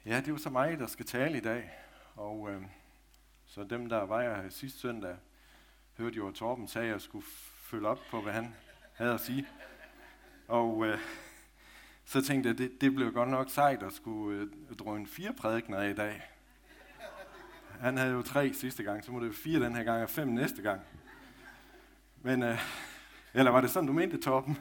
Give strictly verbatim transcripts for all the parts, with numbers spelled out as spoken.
Ja, det er jo så mig, der skal tale i dag. Og øh, så dem, der var her sidste søndag, hørte jo, at Torben sagde, at jeg skulle følge op på, hvad han havde at sige. Og øh, så tænkte jeg, det, det blev godt nok sejt at skulle øh, drøne fire prædikener af i dag. Han havde jo tre sidste gang, så må det jo fire den her gang og fem næste gang. Men, øh, eller var det sådan, du mente, Torben?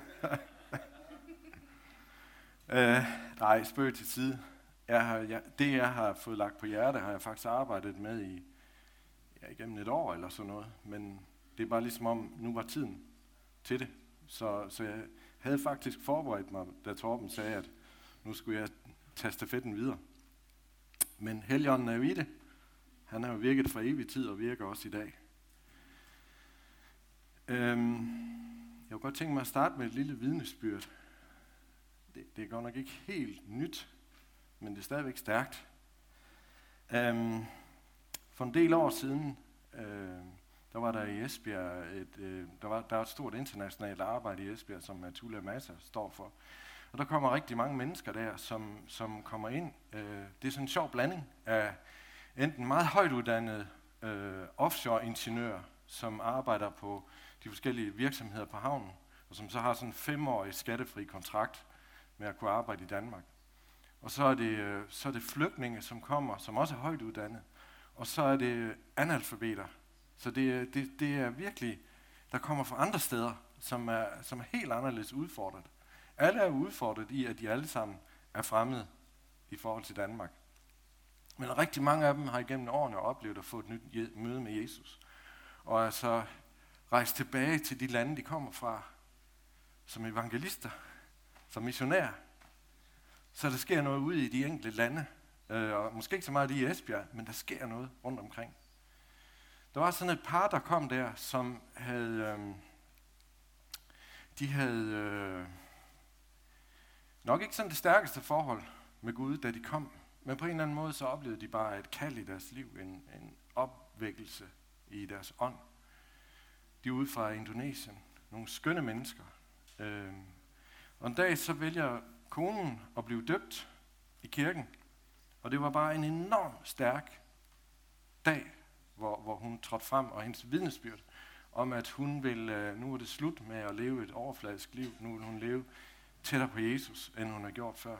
øh, nej, spøg til side. Jeg har, jeg, det, jeg har fået lagt på hjerte, har jeg faktisk arbejdet med i ja, igennem et år eller sådan noget. Men det er bare ligesom om, nu var tiden til det. Så, så jeg havde faktisk forberedt mig, da Torben sagde, at nu skulle jeg tage stafetten videre. Men Helligånden er jo i det. Han har jo virket fra evig tid og virker også i dag. Øhm, jeg kunne godt tænke mig at starte med et lille vidnesbyrd. Det, det er godt nok ikke helt nyt, men det er stadigvæk stærkt. Øhm, for en del år siden, øh, der var der i Esbjerg, et, øh, der, var, der var et stort internationalt arbejde i Esbjerg, som Atula Massa står for. Og der kommer rigtig mange mennesker der, som, som kommer ind. Øh, det er sådan en sjov blanding af enten meget højt uddannede øh, offshore-ingeniører, som arbejder på de forskellige virksomheder på havnen, og som så har sådan en femårig skattefri kontrakt med at kunne arbejde i Danmark. Og så er det, øh, så er det flygtninge, som kommer, som også er højt uddannet, og så er det analfabeter. Så det, det, det er virkelig, der kommer fra andre steder, som er, som er helt anderledes udfordret. Alle er udfordret i, at de alle sammen er fremmede i forhold til Danmark. Men rigtig mange af dem har igennem årene oplevet at få et nyt møde med Jesus. Og er så rejst tilbage til de lande, de kommer fra, som evangelister, som missionærer. Så der sker noget ude i de enkelte lande, øh, og måske ikke så meget i Esbjerg, men der sker noget rundt omkring. Der var sådan et par, der kom der, som havde, øh, de havde øh, nok ikke sådan det stærkeste forhold med Gud, da de kom. Men på en eller anden måde, så oplevede de bare et kald i deres liv, en, en opvækkelse i deres ånd. De er ude fra Indonesien, nogle skønne mennesker. Øh, og en dag så vælger konen at blive døbt i kirken, og det var bare en enorm stærk dag, hvor, hvor hun trådte frem, og hendes vidnesbyrd om, at hun vil, nu er det slut med at leve et overfladisk liv, nu vil hun leve tættere på Jesus, end hun har gjort før.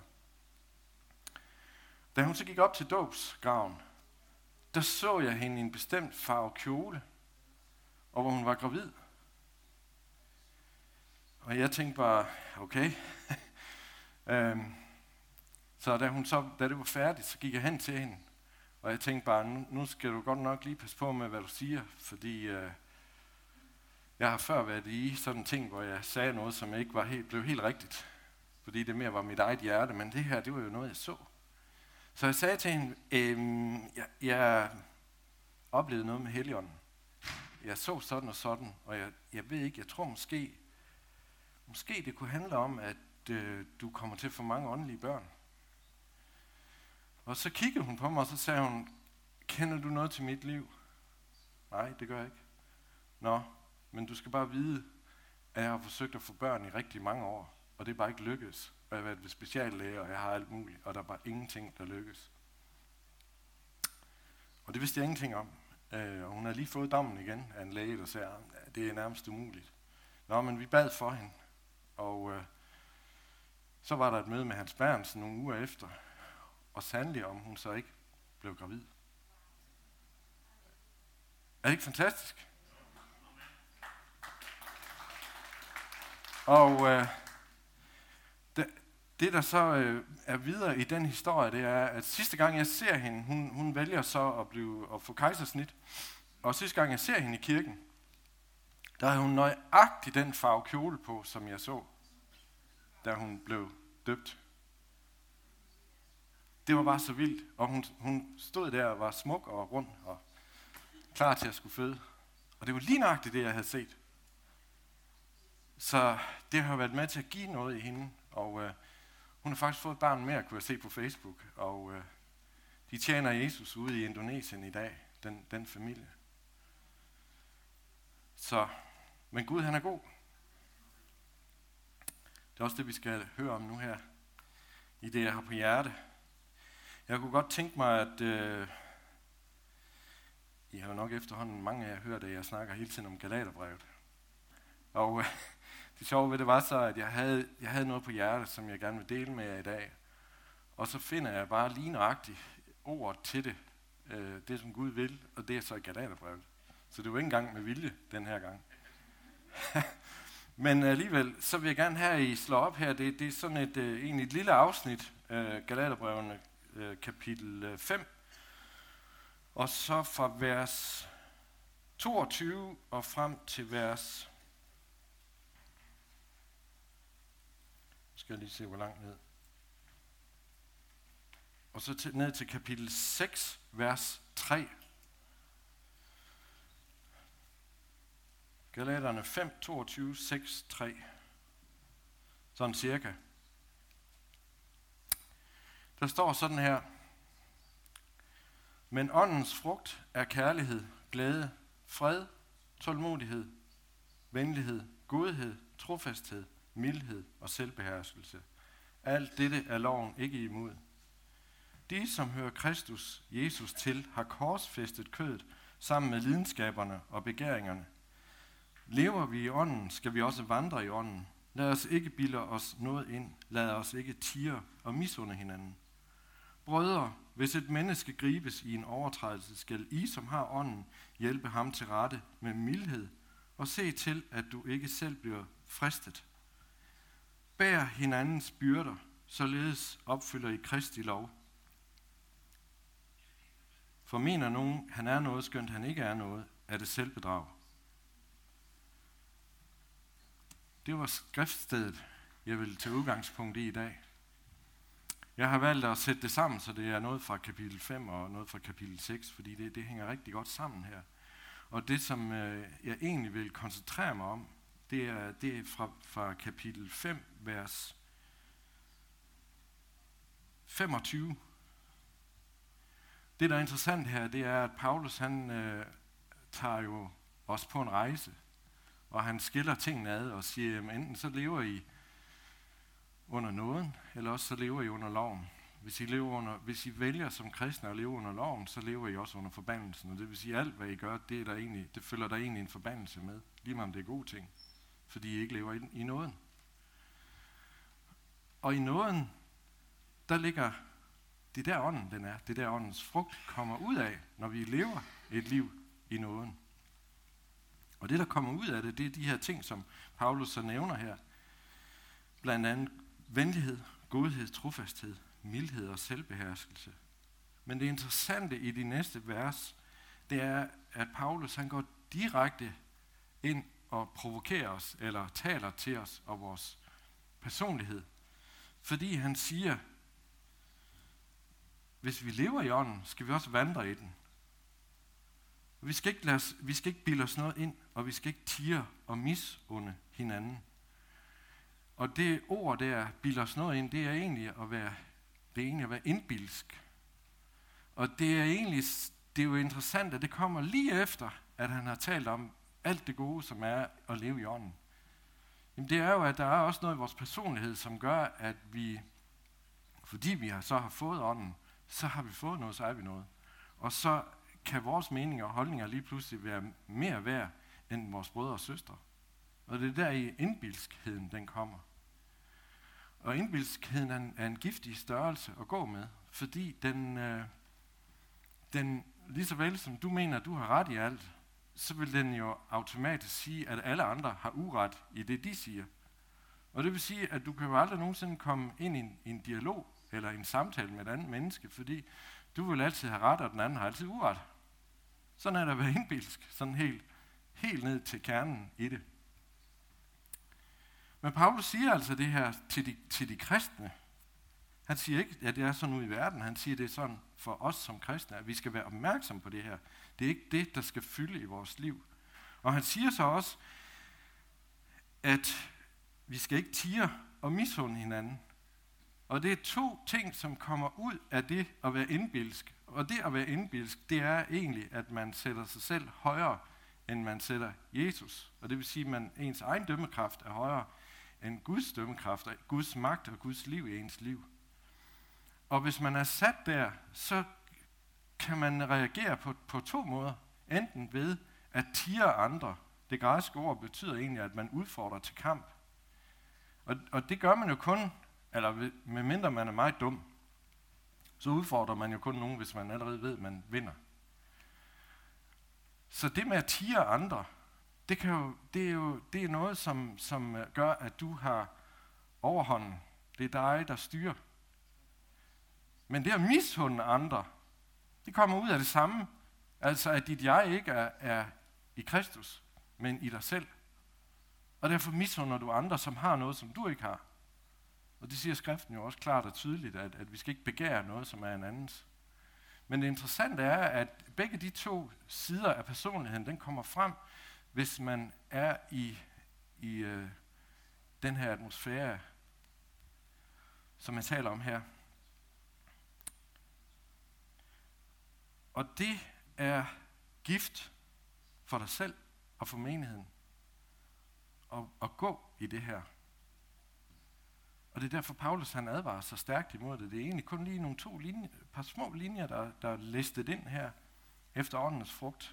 Da hun så gik op til dåbsgraven, der så jeg hende i en bestemt farve kjole, og hvor hun var gravid. Og jeg tænkte bare, okay. øhm, så da, hun så da det var færdigt, så gik jeg hen til hende, og jeg tænkte bare, nu, nu skal du godt nok lige passe på med, hvad du siger, fordi øh, jeg har før været i sådan en ting, hvor jeg sagde noget, som ikke var helt, blev helt rigtigt, fordi det mere var mit eget hjerte, men det her, det var jo noget, jeg så. Så jeg sagde til hende, øhm, jeg, jeg oplevede noget med Helligånden. Jeg så sådan og sådan, og jeg, jeg ved ikke, jeg tror måske, måske det kunne handle om, at øh, du kommer til at få mange åndelige børn. Og så kiggede hun på mig, og så sagde hun, kender du noget til mit liv? Nej, det gør jeg ikke. Nå, men du skal bare vide, at jeg har forsøgt at få børn i rigtig mange år, og det er bare ikke lykkedes. Og jeg har været ved speciallæge, og jeg har alt muligt, og der er bare ingenting, der lykkes. Og det vidste jeg ingenting om. Øh, og hun har lige fået dommen igen af en læge, der sagde, at det er nærmest umuligt. Nå, men vi bad for hende, og øh, så var der et møde med Hans Bernsen nogle uger efter, og sandelig om hun så ikke blev gravid. Er det ikke fantastisk? Og øh, det, det, der så øh, er videre i den historie, det er, at sidste gang jeg ser hende, hun, hun vælger så at, blive, at få kejsersnit, og sidste gang jeg ser hende i kirken, der har hun nøjagtigt den farve kjole på, som jeg så, da hun blev døbt. Det var bare så vildt, og hun, hun stod der og var smuk og rund og klar til at skulle føde. Og det var lige nøjagtigt det, jeg havde set. Så det har været med til at give noget i hende, og øh, hun har faktisk fået et barn mere, kunne jeg se på Facebook, og øh, de tjener Jesus ude i Indonesien i dag, den, den familie. Så, men Gud, han er god. Det er også det, vi skal høre om nu her, i det, jeg har på hjerte. Jeg kunne godt tænke mig, at øh, I har jo nok efterhånden mange af jer hørt, at jeg snakker hele tiden om Galaterbrevet. Og øh, det sjove ved det var så, at jeg havde, jeg havde noget på hjertet, som jeg gerne vil dele med jer i dag. Og så finder jeg bare lige nøjagtigt ordet til det, øh, det som Gud vil, og det er så i Galaterbrevet. Så det var ikke engang med vilje den her gang. Men alligevel, så vil jeg gerne have, at I slår op her. Det, det er sådan et, øh, egentlig et lille afsnit, øh, Galaterbrevene, øh, kapitel fem. Og så fra vers toogtyve og frem til vers... Skal jeg lige se, hvor langt ned. Og så til, ned til kapitel seks, vers tre. Galaterne fem, toogtyve, seks, tre. Sådan cirka. Der står sådan her. Men åndens frugt er kærlighed, glæde, fred, tålmodighed, venlighed, godhed, trofasthed, mildhed og selvbeherskelse. Alt dette er loven ikke imod. De, som hører Kristus, Jesus til, har korsfæstet kødet sammen med lidenskaberne og begæringerne. Lever vi i ånden, skal vi også vandre i ånden. Lad os ikke bilde os noget ind. Lad os ikke tirre og misunde hinanden. Brødre, hvis et menneske gribes i en overtrædelse, skal I, som har ånden, hjælpe ham til rette med mildhed og se til, at du ikke selv bliver fristet. Bær hinandens byrder, således opfylder I Kristi lov. For mener nogen, han er noget, skønt han ikke er noget, er det selvbedrag. Det var skriftstedet, jeg vil tage udgangspunkt i i dag. Jeg har valgt at sætte det sammen, så det er noget fra kapitel fem og noget fra kapitel seks, fordi det, det hænger rigtig godt sammen her. Og det, som øh, jeg egentlig vil koncentrere mig om, det er, det er fra, fra kapitel fem, vers femogtyve. Det, der er interessant her, det er, at Paulus han øh, tager jo os på en rejse, og han skiller tingene ad og siger, at enten så lever I under nåden, eller også så lever I under loven. Hvis I, lever under, hvis I vælger som kristne at leve under loven, så lever I også under forbandelsen. Og det vil sige, at alt, hvad I gør, det, er der egentlig, det følger der egentlig en forbandelse med. Lige meget om det er gode ting. Fordi I ikke lever i, i nåden. Og i nåden, der ligger det der ånden, den er. Det der åndens frugt kommer ud af, når vi lever et liv i nåden. Og det, der kommer ud af det, det er de her ting, som Paulus så nævner her. Blandt andet venlighed, godhed, trofasthed, mildhed og selvbeherskelse. Men det interessante i de næste vers, det er, at Paulus han går direkte ind og provokerer os, eller taler til os og vores personlighed. Fordi han siger, hvis vi lever i ånden, skal vi også vandre i den. Vi skal ikke, lade os, vi skal ikke bilde os noget ind, og vi skal ikke tirre og misunde hinanden. Og det ord der, bilde os noget ind, det er egentlig at være, det er egentlig at være indbilsk. Og det er egentlig, det er jo interessant, at det kommer lige efter, at han har talt om alt det gode, som er at leve i ånden. Jamen det er jo, at der er også noget i vores personlighed, som gør, at vi, fordi vi så har fået ånden, så har vi fået noget, så er vi noget. Og så kan vores meninger og holdninger lige pludselig være mere værd end vores brødre og søstre. Og det er der i indbilskheden, den kommer. Og indbilskheden er en, er en giftig størrelse at gå med, fordi den, øh, den lige så vel som du mener, at du har ret i alt, så vil den jo automatisk sige, at alle andre har uret i det, de siger. Og det vil sige, at du kan jo aldrig nogensinde komme ind i en, i en dialog eller en samtale med et andet menneske, fordi du vil altid have ret, og den anden har altid uret. Sådan er det at være indbilsk, sådan helt, helt ned til kernen i det. Men Paulus siger altså det her til de, til de kristne. Han siger ikke, at det er sådan ude i verden. Han siger, det er sådan for os som kristne, at vi skal være opmærksomme på det her. Det er ikke det, der skal fylde i vores liv. Og han siger så også, at vi skal ikke tirre og misunde hinanden. Og det er to ting, som kommer ud af det at være indbilsk. Og det at være indbilsk, det er egentlig, at man sætter sig selv højere, end man sætter Jesus. Og det vil sige, at man, ens egen dømmekraft er højere end Guds dømmekraft, Guds magt og Guds liv i ens liv. Og hvis man er sat der, så kan man reagere på, på to måder. Enten ved at tirre andre. Det græske ord betyder egentlig, at man udfordrer til kamp. Og, og det gør man jo kun, eller medmindre man er meget dum, så udfordrer man jo kun nogen, hvis man allerede ved, at man vinder. Så det med at tirre andre, det, kan jo, det er jo det er noget, som, som gør, at du har overhånden. Det er dig, der styrer. Men det at misunde andre, det kommer ud af det samme. Altså at dit jeg ikke er, er i Kristus, men i dig selv. Og derfor misunder du andre, som har noget, som du ikke har. Og det siger skriften jo også klart og tydeligt, at, at vi skal ikke begære noget, som er en andens. Men det interessante er, at begge de to sider af personligheden, den kommer frem, hvis man er i, i øh, den her atmosfære, som jeg taler om her. Og det er gift for dig selv og for menigheden at, at gå i det her. Og det er derfor, Paulus han advarer så stærkt imod det. Det er egentlig kun lige nogle to linjer, et par små linjer, der, der er listet ind her efter åndens frugt.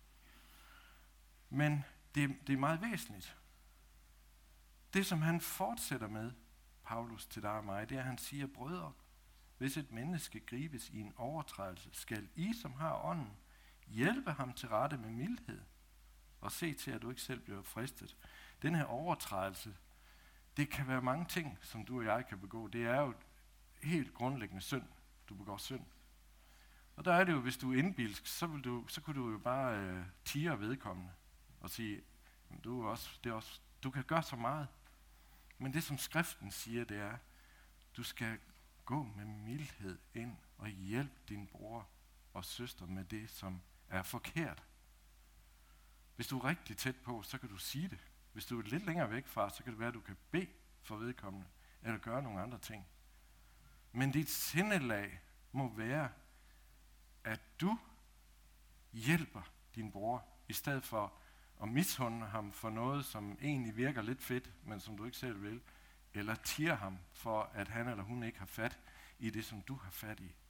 Men det, det er meget væsentligt. Det, som han fortsætter med, Paulus til dig og mig, det er, at han siger, brødre, hvis et menneske gribes i en overtrædelse, skal I, som har ånden, hjælpe ham til rette med mildhed, og se til, at du ikke selv bliver fristet. Den her overtrædelse, det kan være mange ting, som du og jeg kan begå. Det er jo helt grundlæggende synd. Du begår synd. Og der er det jo, hvis du er indbilsk, så, vil du, så kunne du jo bare øh, tirre vedkommende og sige, du, er også, det er også, du kan gøre så meget. Men det, som skriften siger, det er, du skal gå med mildhed ind og hjælpe din bror og søster med det, som er forkert. Hvis du er rigtig tæt på, så kan du sige det. Hvis du er lidt længere væk fra, så kan det være, at du kan bede for vedkommende, eller gøre nogle andre ting. Men dit sindelag må være, at du hjælper din bror, i stedet for at misunde ham for noget, som egentlig virker lidt fedt, men som du ikke selv vil, eller tirre ham for, at han eller hun ikke har fat i det, som du har fat i.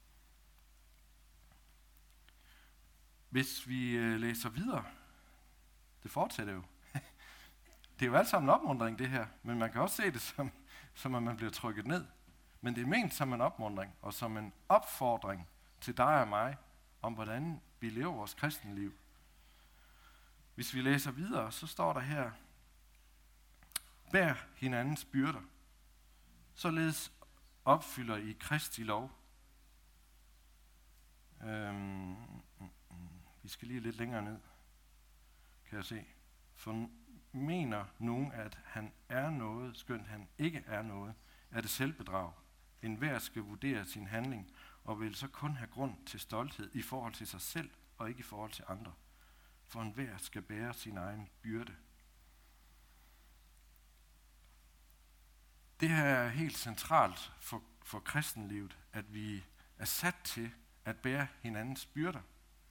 Hvis vi øh, læser videre, det fortsætter jo. Det er jo alt sammen en opmuntring, det her, men man kan også se det som, som at man bliver trykket ned. Men det er ment som en opmuntring og som en opfordring til dig og mig, om hvordan vi lever vores kristenliv. Hvis vi læser videre, så står der her, bær hinandens byrder, således opfylder I Kristi lov. Øhm, vi skal lige lidt længere ned, kan jeg se. For mener nogen, at han er noget, skønt han ikke er noget, er det selvbedrag. Enhver skal vurdere sin handling, og vil så kun have grund til stolthed i forhold til sig selv, og ikke i forhold til andre. For enhver skal bære sin egen byrde. Det her er helt centralt for, for kristenlivet, at vi er sat til at bære hinandens byrder.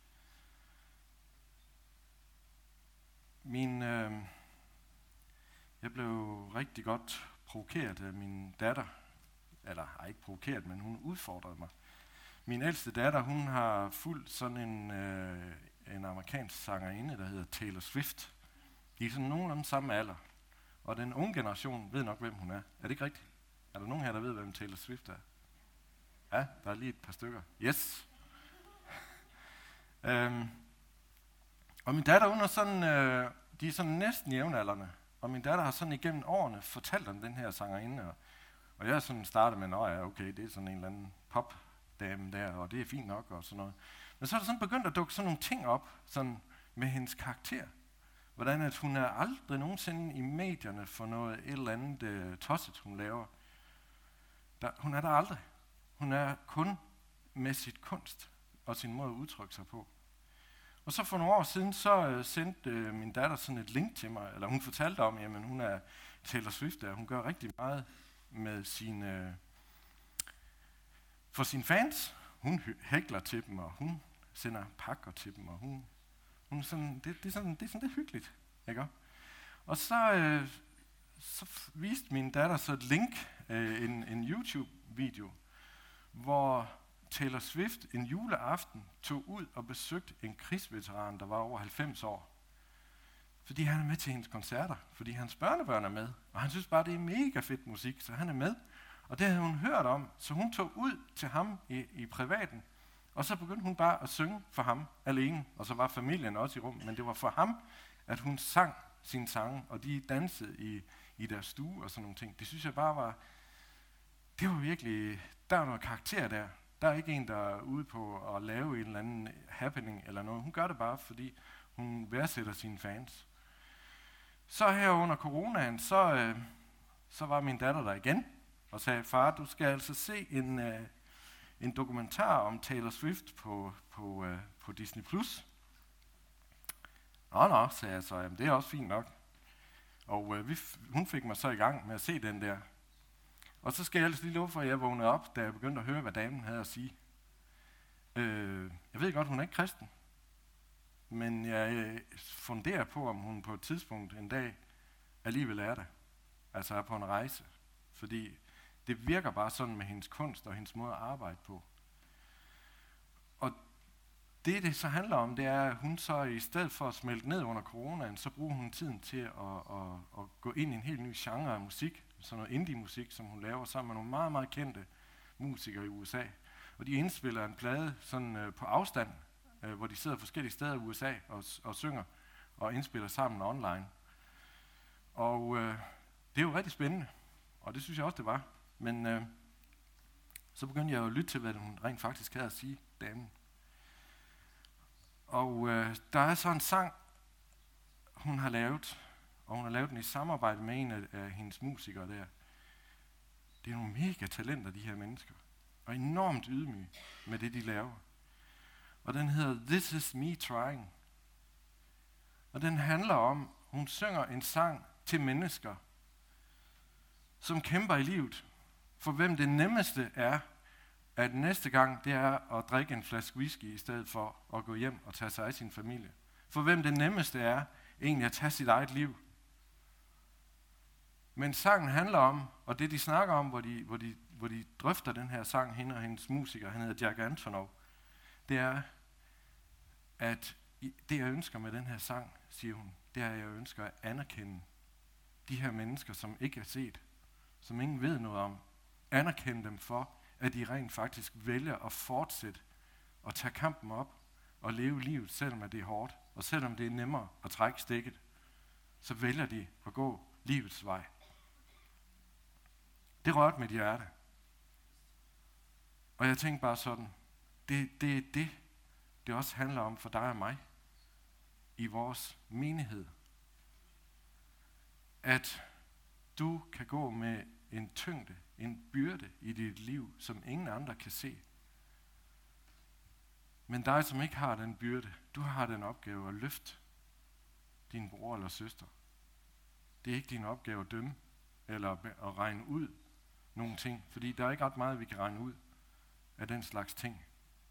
Min, øh, jeg blev rigtig godt provokeret af min datter, eller ej, ikke provokeret, men hun udfordrede mig. Min ældste datter, hun har fulgt sådan en, øh, en amerikansk sangerinde, der hedder Taylor Swift. De er sådan nogenlunde samme alder. Og den unge generation ved nok, hvem hun er. Er det ikke rigtigt? Er der nogen her, der ved, hvem Taylor Swift er? Ja, der er lige et par stykker. Yes! øhm, og min datter, hun er sådan, øh, de er sådan næsten jævnaldrende. Og min datter har sådan igennem årene fortalt om den her sangerinde. Og, og jeg er sådan startet med, at ja, okay, det er sådan en eller anden popdame der, og det er fint nok og sådan noget. Men så er der sådan begyndt at dukke sådan nogle ting op, sådan med hendes karakter. Hvordan at hun er aldrig nogensinde i medierne for noget et eller andet øh, tosset, hun laver. Der, hun er der aldrig. Hun er kun med sit kunst og sin måde at udtrykke sig på. Og så for nogle år siden, så øh, sendte øh, min datter sådan et link til mig, eller hun fortalte om, at hun er Taylor Swift, og hun gør rigtig meget med sine, øh, for sine fans. Hun hækler til dem, og hun sender pakker til dem, og hun, hun sådan, det, det, er sådan, det er sådan lidt hyggeligt, ikke? Og så, øh, så viste min datter så et link, øh, en, en YouTube-video, hvor Taylor Swift en juleaften tog ud og besøgte en krigsveteran, der var over halvfems år. Fordi han er med til hendes koncerter, fordi hans børnebørn er med. Og han synes bare, det er mega fedt musik, så han er med. Og det havde hun hørt om, så hun tog ud til ham i, i privaten. Og så begyndte hun bare at synge for ham alene. Og så var familien også i rummet, men det var for ham, at hun sang sine sange, og de dansede i, i deres stue og sådan nogle ting. Det synes jeg bare var, det var virkelig, der er noget karakter der. Der er ikke en, der er ude på at lave en eller anden happening eller noget. Hun gør det bare, fordi hun værdsætter sine fans. Så her under coronaen, så, øh, så var min datter der igen og sagde, far, du skal altså se en, øh, en dokumentar om Taylor Swift på, på, øh, på Disney plus. Nå, nå, sagde jeg så, jamen det er også fint nok. Og øh, vi f- hun fik mig så i gang med at se den der. Og så skal jeg altså lige love for, at jeg vågnede op, da jeg begyndte at høre, hvad damen havde at sige. Øh, jeg ved godt, hun er ikke kristen. Men jeg øh, funderer på, om hun på et tidspunkt en dag alligevel er det. Altså er på en rejse. Fordi det virker bare sådan med hendes kunst og hendes måde at arbejde på. Og det, det så handler om, det er, at hun så i stedet for at smelte ned under coronaen, så bruger hun tiden til at, at, at gå ind i en helt ny genre af musik. Sådan noget indie-musik, som hun laver sammen med nogle meget, meget kendte musikere i U S A. Og de indspiller en plade sådan øh, på afstand, øh, hvor de sidder forskellige steder i U S A og, og synger og indspiller sammen online. Og øh, det er jo rigtig spændende, og det synes jeg også, det var. Men øh, så begyndte jeg jo at lytte til, hvad hun rent faktisk havde at sige, damen. Og øh, der er så en sang, hun har lavet, og hun har lavet den i samarbejde med en af, af hendes musikere der. Det er nogle mega talenter, de her mennesker. Og enormt ydmyge med det, de laver. Og den hedder This Is Me Trying. Og den handler om, hun synger en sang til mennesker, som kæmper i livet. For hvem det nemmeste er, at næste gang, det er at drikke en flaske whisky, i stedet for at gå hjem og tage sig af sin familie. For hvem det nemmeste er, egentlig at tage sit eget liv. Men sangen handler om, og det de snakker om, hvor de, hvor de, hvor de drøfter den her sang, hende og hendes musiker, han hedder Jack Antonoff, det er, at det jeg ønsker med den her sang, siger hun, det er, at jeg ønsker at anerkende de her mennesker, som ikke er set, som ingen ved noget om. Anerkende dem for, at de rent faktisk vælger at fortsætte og tage kampen op og leve livet, selvom det er hårdt, og selvom det er nemmere at trække stikket, så vælger de at gå livets vej. Det rørte mit hjerte. Og jeg tænkte bare sådan, det, det er det, det også handler om for dig og mig i vores menighed. At du kan gå med en tyngde, en byrde i dit liv, som ingen andre kan se. Men dig, som ikke har den byrde, du har den opgave at løfte din bror eller søster. Det er ikke din opgave at dømme eller at regne ud nogle ting, fordi der er ikke ret meget, vi kan regne ud af den slags ting.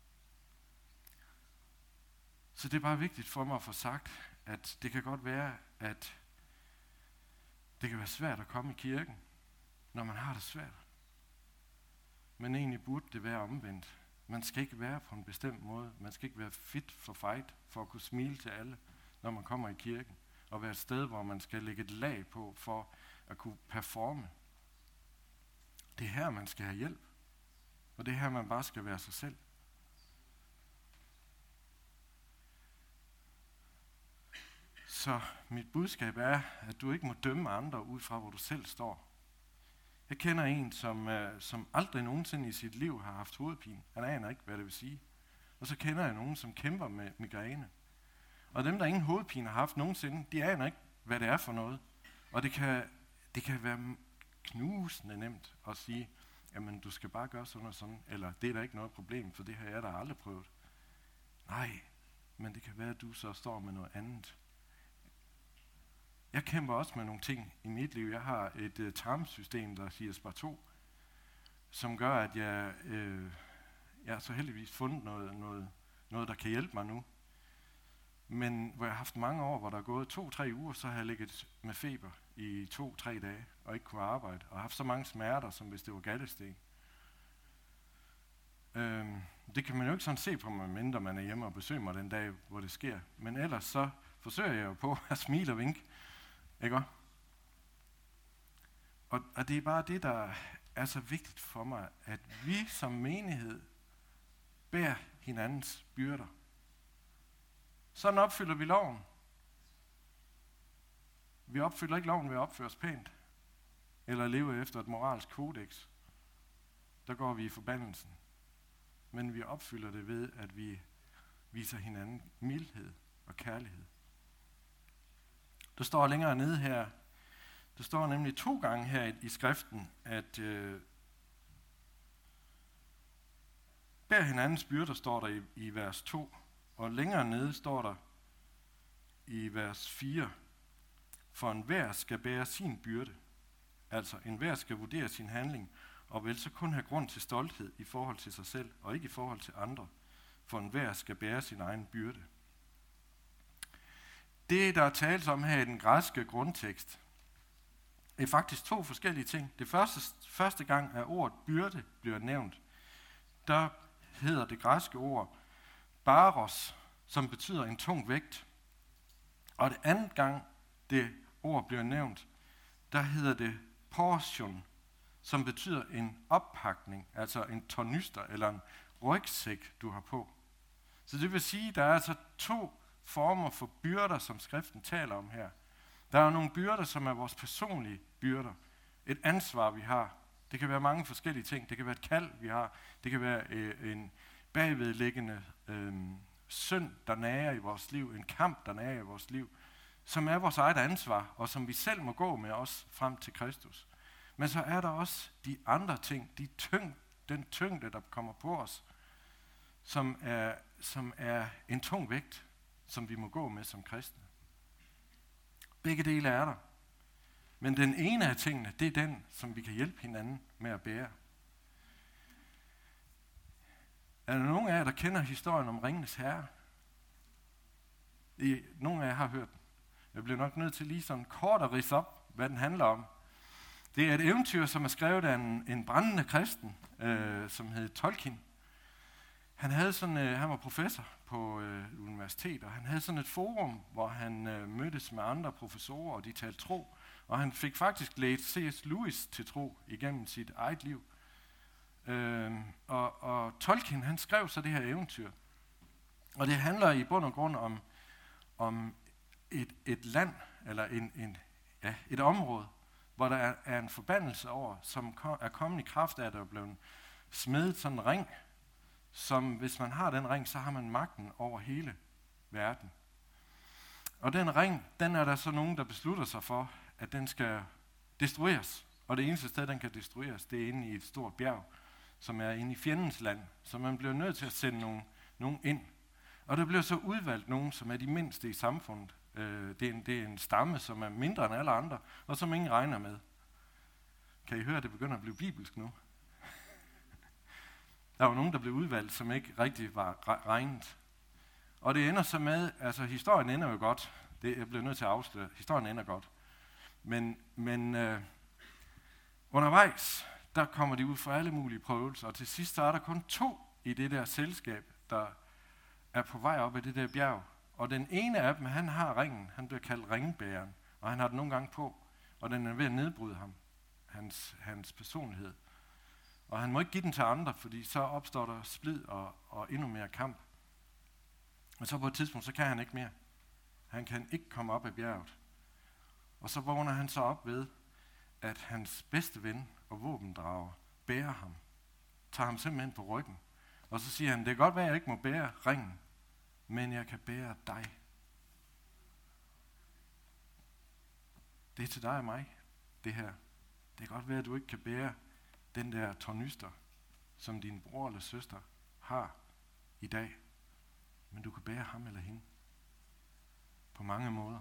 Så det er bare vigtigt for mig at få sagt, at det kan godt være, at det kan være svært at komme i kirken, når man har det svært. Men egentlig burde det være omvendt. Man skal ikke være på en bestemt måde. Man skal ikke være fit for fight, for at kunne smile til alle, når man kommer i kirken. Og være et sted, hvor man skal lægge et lag på, for at kunne performe. Det er her, man skal have hjælp. Og det er her, man bare skal være sig selv. Så mit budskab er, at du ikke må dømme andre ud fra, hvor du selv står. Jeg kender en, som, øh, som aldrig nogensinde i sit liv har haft hovedpine. Han aner ikke, hvad det vil sige. Og så kender jeg nogen, som kæmper med migræne. Og dem, der ingen hovedpine har haft nogensinde, de aner ikke, hvad det er for noget. Og det kan, det kan være knusende nemt at sige, jamen du skal bare gøre sådan og sådan, eller det er da ikke noget problem, for det har jeg da aldrig prøvet. Nej, men det kan være, at du så står med noget andet. Jeg kæmper også med nogle ting i mit liv. Jeg har et uh, tarmsystem, der siger spar to, som gør, at jeg, øh, jeg har så heldigvis fundet noget, noget, noget, der kan hjælpe mig nu. Men hvor jeg har haft mange år, hvor der er gået to-tre uger, så har jeg ligget med feber i to-tre dage, og ikke kunne arbejde, og haft så mange smerter, som hvis det var galdesten. Øhm, det kan man jo ikke sådan se på mig, mindre man er hjemme og besøger mig den dag, hvor det sker. Men ellers så forsøger jeg jo på at smile og vinke. Ikke? Og, og det er bare det, der er så vigtigt for mig, at vi som menighed bærer hinandens byrder. Sådan opfylder vi loven. Vi opfylder ikke loven ved at opføre os pænt, eller leve efter et moralsk kodex. Der går vi i forbandelsen. Men vi opfylder det ved, at vi viser hinanden mildhed og kærlighed. Der står længere nede her, der står nemlig to gange her i, i skriften, at øh, bær hinandens byrder, står der i, i vers to, og længere nede står der i vers fire, for enhver skal bære sin byrde. Altså enhver skal vurdere sin handling, og vil så kun have grund til stolthed i forhold til sig selv, og ikke i forhold til andre, for enhver skal bære sin egen byrde. Det, der er talt om her i den græske grundtekst, er faktisk to forskellige ting. Det første, første gang, at ordet byrde bliver nævnt, der hedder det græske ord baros, som betyder en tung vægt. Og det andet gang, det ord bliver nævnt, der hedder det portion, som betyder en oppakning, altså en tornyster eller en rygsæk, du har på. Så det vil sige, at der er altså to former for byrder, som skriften taler om her. Der er nogle byrder, som er vores personlige byrder. Et ansvar, vi har. Det kan være mange forskellige ting. Det kan være et kald, vi har. Det kan være øh, en bagvedliggende øh, synd, der nager i vores liv. En kamp, der nager i vores liv. Som er vores eget ansvar, og som vi selv må gå med os frem til Kristus. Men så er der også de andre ting, de tyng, den tyngde, der kommer på os, som er, som er en tung vægt, som vi må gå med som kristne. Begge dele er der. Men den ene af tingene, det er den, som vi kan hjælpe hinanden med at bære. Er der nogen af jer, der kender historien om Ringenes Herre? I, nogle af jer har hørt den. Jeg bliver nok nødt til lige sådan kort at ridse op, hvad den handler om. Det er et eventyr, som er skrevet af en, en brændende kristen, øh, som hed Tolkien. Han, havde sådan, øh, han var professor på øh, universitet, og han havde sådan et forum, hvor han øh, mødtes med andre professorer, og de talte tro. Og han fik faktisk læst C S Lewis til tro igennem sit eget liv. Øh, og, og Tolkien, han skrev så det her eventyr. Og det handler i bund og grund om, om et, et land, eller en, en, ja, et område, hvor der er, er en forbandelse over, som kom, er kommet i kraft af, at der er blevet smedet sådan en ring, som hvis man har den ring, så har man magten over hele verden. Og den ring, den er der så nogen, der beslutter sig for, at den skal destrueres. Og det eneste sted, den kan destrueres, det er inde i et stort bjerg, som er inde i fjendens land. Så man bliver nødt til at sende nogen, nogen ind. Og der bliver så udvalgt nogen, som er de mindste i samfundet. Øh, det, er en, det er en stamme, som er mindre end alle andre, og som ingen regner med. Kan I høre, at det begynder at blive bibelsk nu? Der var nogen, der blev udvalgt, som ikke rigtig var regnet. Og det ender så med, altså historien ender jo godt. Det jeg bliver nødt til at afsløre. Historien ender godt. Men, men øh, undervejs, der kommer de ud for alle mulige prøvelser, og til sidst så er der kun to i det der selskab, der er på vej op ad det der bjerg. Og den ene af dem, han har ringen, han bliver kaldt ringbæreren, og han har den nogle gange på, og den er ved at nedbryde ham, hans, hans personlighed. Og han må ikke give den til andre, fordi så opstår der splid og, og endnu mere kamp. Og så på et tidspunkt, så kan han ikke mere. Han kan ikke komme op ad bjerget. Og så vågner han så op ved, at hans bedste ven og våbendrager bærer ham. Tager ham simpelthen på ryggen. Og så siger han, det kan godt være, at jeg ikke må bære ringen, men jeg kan bære dig. Det er til dig og mig, det her. Det kan godt være, at du ikke kan bære den der tornyster, som din bror eller søster har i dag. Men du kan bære ham eller hende. På mange måder.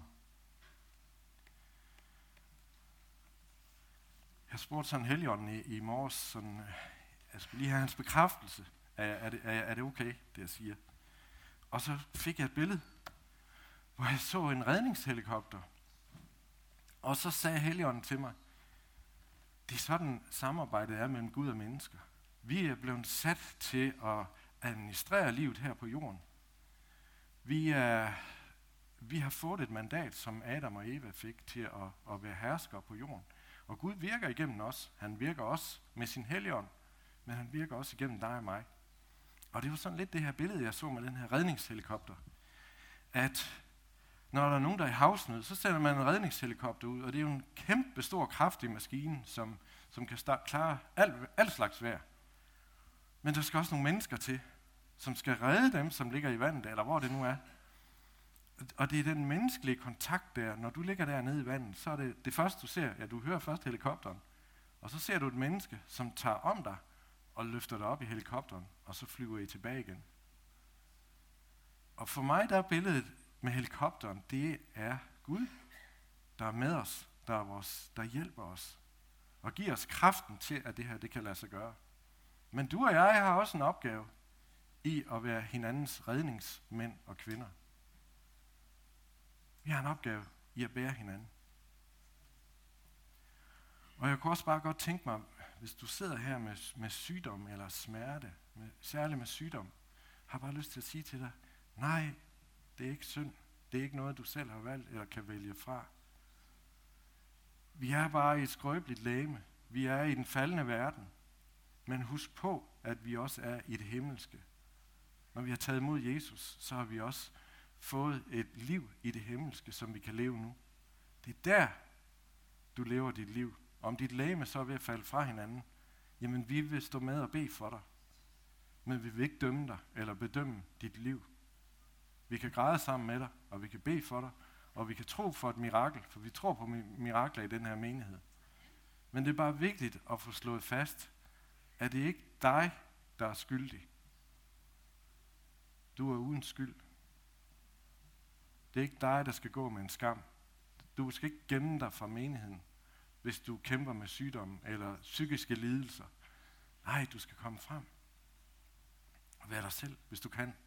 Jeg spurgte sådan Helligånden i, i morges, sådan, jeg skulle lige have hans bekræftelse. Er, er, det, er, er det okay, det jeg siger? Og så fik jeg et billede, hvor jeg så en redningshelikopter. Og så sagde Helligånden til mig, det er sådan samarbejdet er mellem Gud og mennesker. Vi er blevet sat til at administrere livet her på jorden. Vi, er, vi har fået et mandat, som Adam og Eva fik til at, at være herskere på jorden. Og Gud virker igennem os. Han virker også med sin helligånd, men han virker også igennem dig og mig. Og det var sådan lidt det her billede, jeg så med den her redningshelikopter. At når der er nogen, der er i havsnød, så sender man en redningshelikopter ud, og det er jo en kæmpe stor, kraftig maskine, som, som kan start, klare alt, alt slags vejr. Men der skal også nogle mennesker til, som skal redde dem, som ligger i vandet, eller hvor det nu er. Og det er den menneskelige kontakt der. Når du ligger der nede i vandet, så er det det første, du ser. Ja, du hører først helikopteren. Og så ser du et menneske, som tager om dig og løfter dig op i helikopteren, og så flyver I tilbage igen. Og for mig, der er billedet med helikopteren, det er Gud, der er med os, der, er vores, der hjælper os, og giver os kraften til, at det her det kan lade sig gøre. Men du og jeg har også en opgave i at være hinandens redningsmænd og kvinder. Vi har en opgave i at bære hinanden. Og jeg kunne også bare godt tænke mig, hvis du sidder her med, med sygdom eller smerte, med, særligt med sygdom, har bare lyst til at sige til dig, nej, det er ikke synd. Det er ikke noget, du selv har valgt eller kan vælge fra. Vi er bare i et skrøbeligt legeme. Vi er i den faldende verden. Men husk på, at vi også er i det himmelske. Når vi har taget imod Jesus, så har vi også fået et liv i det himmelske, som vi kan leve nu. Det er der, du lever dit liv. Om dit legeme så er ved at falde fra hinanden, jamen vi vil stå med og bede for dig. Men vi vil ikke dømme dig eller bedømme dit liv. Vi kan græde sammen med dig, og vi kan bede for dig, og vi kan tro for et mirakel, for vi tror på mirakler i den her menighed. Men det er bare vigtigt at få slået fast, at det ikke er dig, der er skyldig. Du er uden skyld. Det er ikke dig, der skal gå med en skam. Du skal ikke gemme dig fra menigheden, hvis du kæmper med sygdom eller psykiske lidelser. Nej, du skal komme frem og være dig selv, hvis du kan.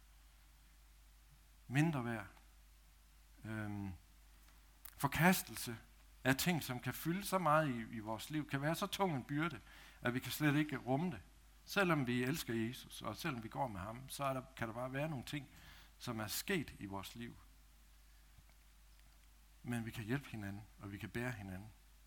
Mindre værd. Øhm, forkastelse af ting, som kan fylde så meget i, i vores liv, kan være så tung en byrde, at vi kan slet ikke rumme det. Selvom vi elsker Jesus, og selvom vi går med ham, så er der, kan der bare være nogle ting, som er sket i vores liv. Men vi kan hjælpe hinanden, og vi kan bære hinanden.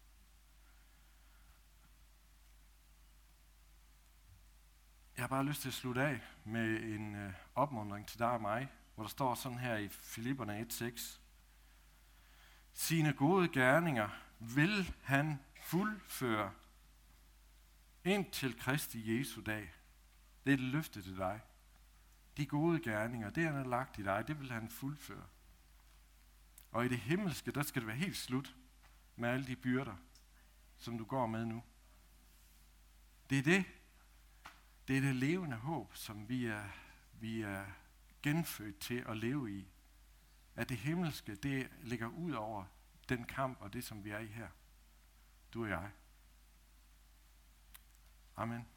Jeg har bare lyst til at slutte af med en øh, opmuntring til dig og mig, hvor der står sådan her i Filipperne et seks. Sine gode gerninger vil han fuldføre indtil Kristi Jesu dag. Det er et løfte til dig. De gode gerninger, det han har lagt i dig, det vil han fuldføre. Og i det himmelske, der skal det være helt slut med alle de byrder, som du går med nu. Det er det. Det er det levende håb, som vi er, vi er genfødt til at leve i. At det himmelske, det ligger ud over den kamp og det, som vi er i her. Du og jeg. Amen.